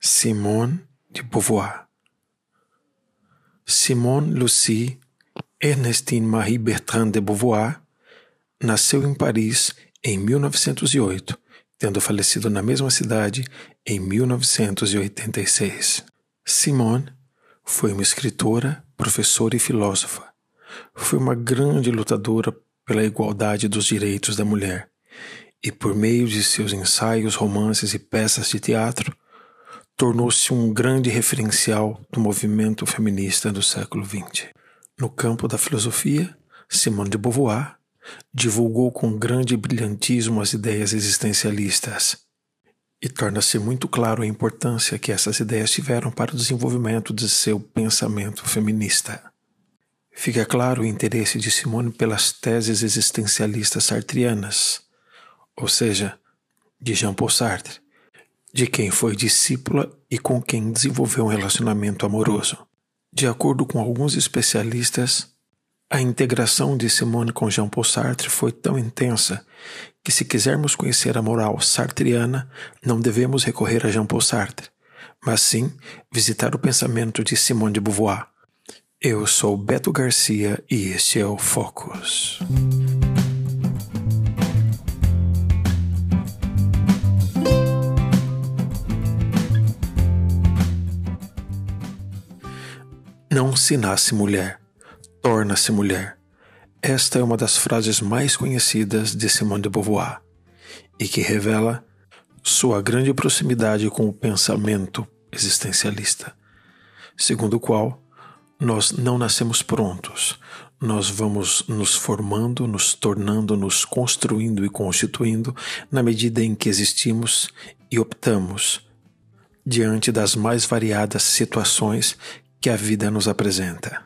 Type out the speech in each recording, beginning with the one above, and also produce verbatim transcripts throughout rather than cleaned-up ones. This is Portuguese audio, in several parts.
Simone de Beauvoir. Simone Lucie Ernestine Marie Bertrand de Beauvoir nasceu em Paris em mil novecentos e oito, tendo falecido na mesma cidade em mil novecentos e oitenta e seis. Simone foi uma escritora, professora e filósofa. Foi uma grande lutadora pela igualdade dos direitos da mulher e, por meio de seus ensaios, romances e peças de teatro, tornou-se um grande referencial do movimento feminista do século vinte. No campo da filosofia, Simone de Beauvoir divulgou com grande brilhantismo as ideias existencialistas e torna-se muito claro a importância que essas ideias tiveram para o desenvolvimento de seu pensamento feminista. Fica claro o interesse de Simone pelas teses existencialistas sartrianas, ou seja, de Jean-Paul Sartre, de quem foi discípula e com quem desenvolveu um relacionamento amoroso. De acordo com alguns especialistas, a integração de Simone com Jean-Paul Sartre foi tão intensa que, se quisermos conhecer a moral sartriana, não devemos recorrer a Jean-Paul Sartre, mas sim visitar o pensamento de Simone de Beauvoir. Eu sou Beto Garcia e este é o Focus. Não se nasce mulher, torna-se mulher. Esta é uma das frases mais conhecidas de Simone de Beauvoir e que revela sua grande proximidade com o pensamento existencialista, segundo o qual nós não nascemos prontos, nós vamos nos formando, nos tornando, nos construindo e constituindo na medida em que existimos e optamos diante das mais variadas situações que a vida nos apresenta.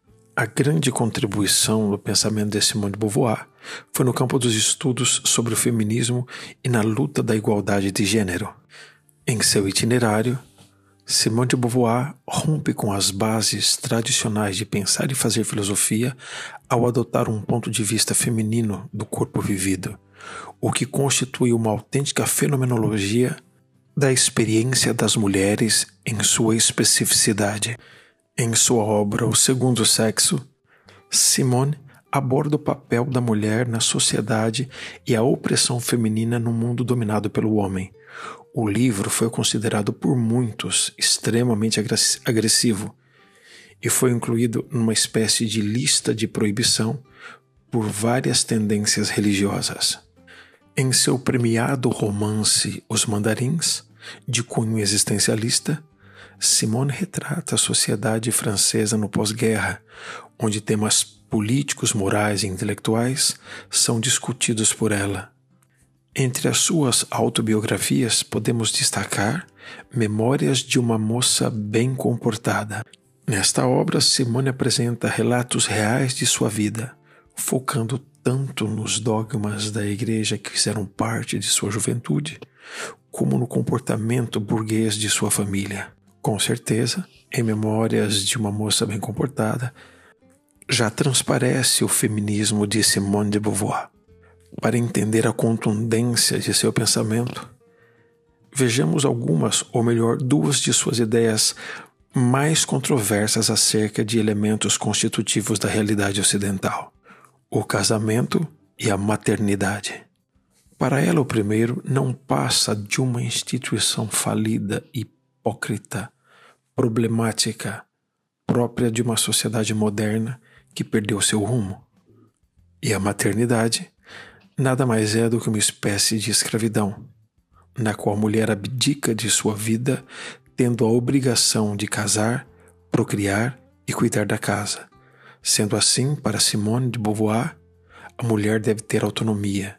A grande contribuição do pensamento de Simone de Beauvoir foi no campo dos estudos sobre o feminismo e na luta da igualdade de gênero. Em seu itinerário, Simone de Beauvoir rompe com as bases tradicionais de pensar e fazer filosofia ao adotar um ponto de vista feminino do corpo vivido, o que constitui uma autêntica fenomenologia da experiência das mulheres em sua especificidade. Em sua obra O Segundo Sexo, Simone aborda o papel da mulher na sociedade e a opressão feminina no mundo dominado pelo homem. O livro foi considerado por muitos extremamente agressivo e foi incluído numa espécie de lista de proibição por várias tendências religiosas. Em seu premiado romance Os Mandarins, de cunho existencialista, Simone retrata a sociedade francesa no pós-guerra, onde temas políticos, morais e intelectuais são discutidos por ela. Entre as suas autobiografias podemos destacar Memórias de uma Moça Bem Comportada. Nesta obra, Simone apresenta relatos reais de sua vida, focando tanto nos dogmas da igreja que fizeram parte de sua juventude, como no comportamento burguês de sua família. Com certeza, em Memórias de uma Moça Bem Comportada, já transparece o feminismo de Simone de Beauvoir. Para entender a contundência de seu pensamento, vejamos algumas, ou melhor, duas de suas ideias mais controversas acerca de elementos constitutivos da realidade ocidental: o casamento e a maternidade. Para ela, o primeiro não passa de uma instituição falida e hipócrita, problemática, própria de uma sociedade moderna que perdeu seu rumo. E a maternidade nada mais é do que uma espécie de escravidão, na qual a mulher abdica de sua vida, tendo a obrigação de casar, procriar e cuidar da casa. Sendo assim, para Simone de Beauvoir, a mulher deve ter autonomia.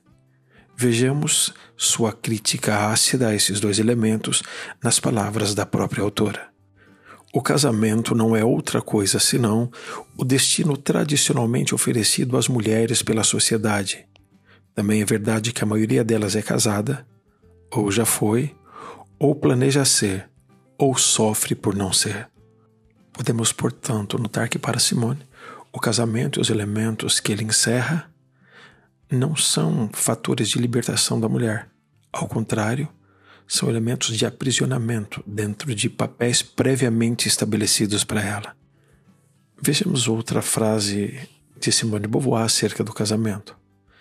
Vejamos sua crítica ácida a esses dois elementos nas palavras da própria autora. O casamento não é outra coisa senão o destino tradicionalmente oferecido às mulheres pela sociedade. Também é verdade que a maioria delas é casada, ou já foi, ou planeja ser, ou sofre por não ser. Podemos, portanto, notar que para Simone, o casamento e os elementos que ele encerra não são fatores de libertação da mulher. Ao contrário, são elementos de aprisionamento dentro de papéis previamente estabelecidos para ela. Vejamos outra frase de Simone de Beauvoir acerca do casamento.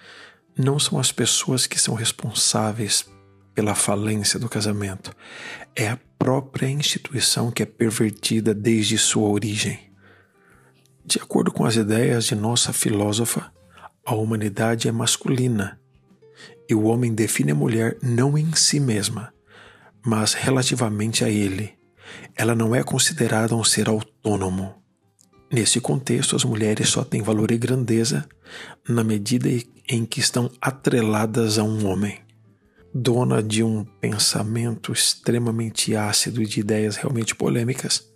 Não são as pessoas que são responsáveis pela falência do casamento, é a própria instituição que é pervertida desde sua origem. De acordo com as ideias de nossa filósofa, a humanidade é masculina e o homem define a mulher não em si mesma, mas relativamente a ele. Ela não é considerada um ser autônomo. Nesse contexto, as mulheres só têm valor e grandeza na medida em que estão atreladas a um homem. Dona de um pensamento extremamente ácido e de ideias realmente polêmicas,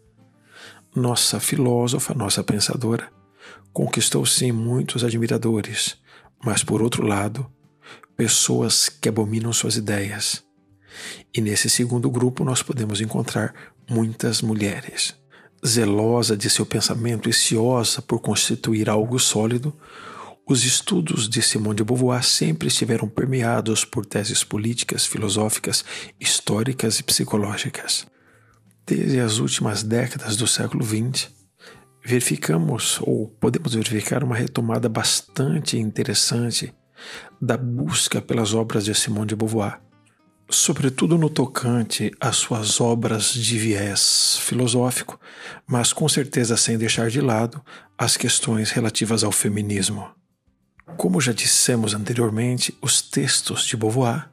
nossa filósofa, nossa pensadora, conquistou sim muitos admiradores, mas por outro lado, pessoas que abominam suas ideias. E nesse segundo grupo nós podemos encontrar muitas mulheres. Zelosa de seu pensamento e ciosa por constituir algo sólido, os estudos de Simone de Beauvoir sempre estiveram permeados por teses políticas, filosóficas, históricas e psicológicas. Desde as últimas décadas do século vinte, verificamos, ou podemos verificar, uma retomada bastante interessante da busca pelas obras de Simone de Beauvoir, sobretudo no tocante às suas obras de viés filosófico, mas com certeza sem deixar de lado as questões relativas ao feminismo. Como já dissemos anteriormente, os textos de Beauvoir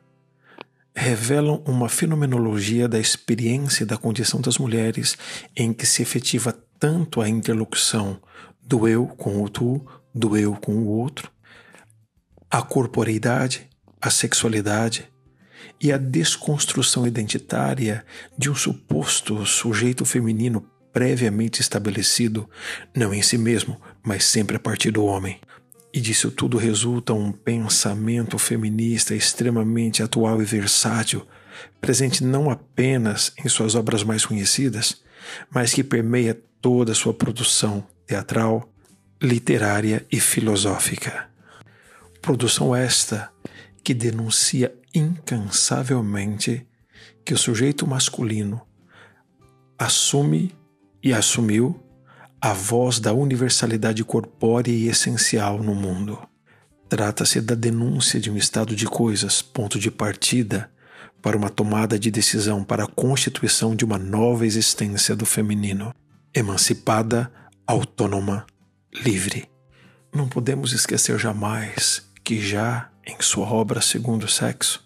revelam uma fenomenologia da experiência e da condição das mulheres em que se efetiva tanto a interlocução do eu com o tu, do eu com o outro, a corporeidade, a sexualidade e a desconstrução identitária de um suposto sujeito feminino previamente estabelecido, não em si mesmo, mas sempre a partir do homem. E disso tudo resulta um pensamento feminista extremamente atual e versátil, presente não apenas em suas obras mais conhecidas, mas que permeia toda a sua produção teatral, literária e filosófica. Produção esta que denuncia incansavelmente que o sujeito masculino assume e assumiu a voz da universalidade corpórea e essencial no mundo. Trata-se da denúncia de um estado de coisas, ponto de partida para uma tomada de decisão para a constituição de uma nova existência do feminino, emancipada, autônoma, livre. Não podemos esquecer jamais que já em sua obra Segundo o Sexo,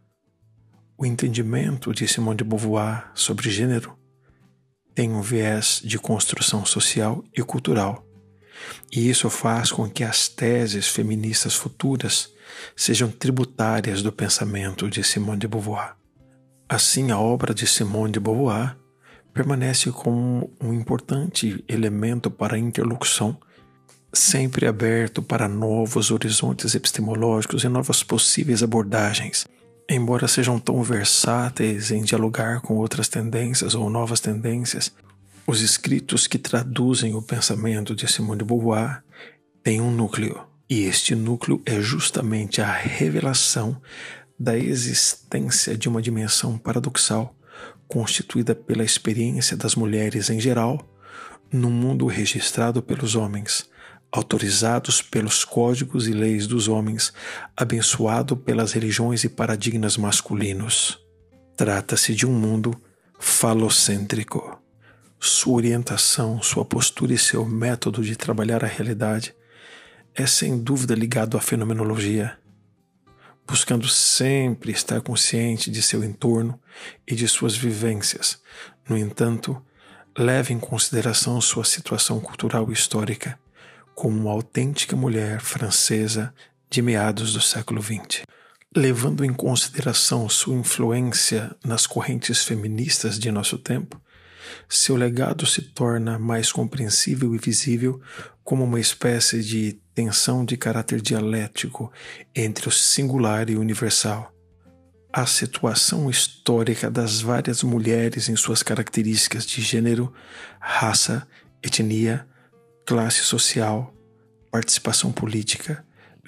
o entendimento de Simone de Beauvoir sobre gênero tem um viés de construção social e cultural, e isso faz com que as teses feministas futuras sejam tributárias do pensamento de Simone de Beauvoir. Assim, a obra de Simone de Beauvoir permanece como um importante elemento para a interlocução, sempre aberto para novos horizontes epistemológicos e novas possíveis abordagens, embora sejam tão versáteis em dialogar com outras tendências ou novas tendências. Os escritos que traduzem o pensamento de Simone de Beauvoir têm um núcleo, e este núcleo é justamente a revelação da existência de uma dimensão paradoxal constituída pela experiência das mulheres em geral num mundo registrado pelos homens, autorizados pelos códigos e leis dos homens, abençoado pelas religiões e paradigmas masculinos. Trata-se de um mundo falocêntrico. Sua orientação, sua postura e seu método de trabalhar a realidade é sem dúvida ligado à fenomenologia, buscando sempre estar consciente de seu entorno e de suas vivências. No entanto, leva em consideração sua situação cultural e histórica como uma autêntica mulher francesa de meados do século vinte. Levando em consideração sua influência nas correntes feministas de nosso tempo, seu legado se torna mais compreensível e visível como uma espécie de tensão de caráter dialético entre o singular e o universal. A situação histórica das várias mulheres em suas características de gênero, raça, etnia, classe social, participação política,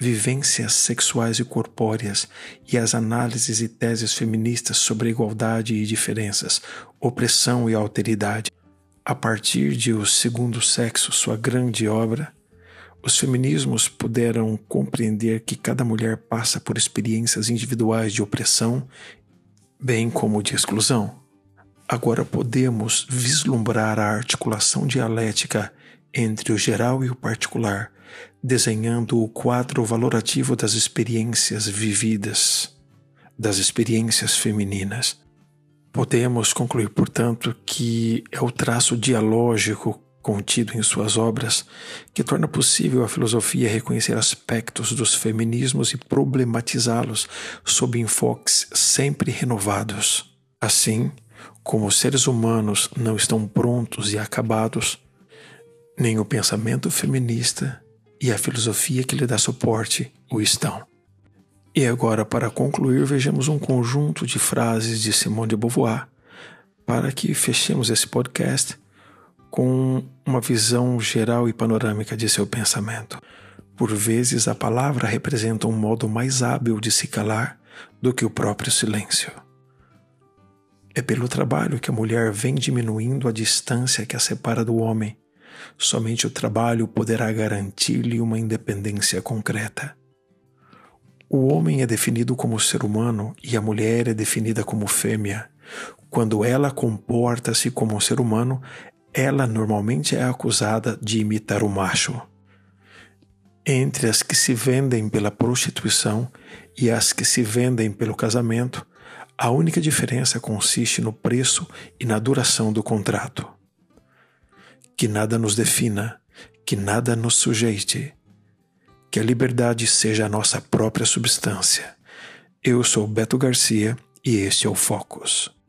vivências sexuais e corpóreas e as análises e teses feministas sobre igualdade e diferenças, opressão e alteridade. A partir de O Segundo Sexo, sua grande obra, os feminismos puderam compreender que cada mulher passa por experiências individuais de opressão, bem como de exclusão. Agora podemos vislumbrar a articulação dialética entre o geral e o particular, desenhando o quadro valorativo das experiências vividas, das experiências femininas. Podemos concluir, portanto, que é o traço dialógico contido em suas obras que torna possível a filosofia reconhecer aspectos dos feminismos e problematizá-los sob enfoques sempre renovados. Assim, como os seres humanos não estão prontos e acabados, nem o pensamento feminista e a filosofia que lhe dá suporte o estão. E agora, para concluir, vejamos um conjunto de frases de Simone de Beauvoir para que fechemos esse podcast com uma visão geral e panorâmica de seu pensamento. Por vezes, a palavra representa um modo mais hábil de se calar do que o próprio silêncio. É pelo trabalho que a mulher vem diminuindo a distância que a separa do homem. Somente o trabalho poderá garantir-lhe uma independência concreta. O homem é definido como ser humano e a mulher é definida como fêmea. Quando ela comporta-se como um ser humano, ela normalmente é acusada de imitar o macho. Entre as que se vendem pela prostituição e as que se vendem pelo casamento, a única diferença consiste no preço e na duração do contrato. Que nada nos defina, que nada nos sujeite, que a liberdade seja a nossa própria substância. Eu sou Beto Garcia e este é o Focus.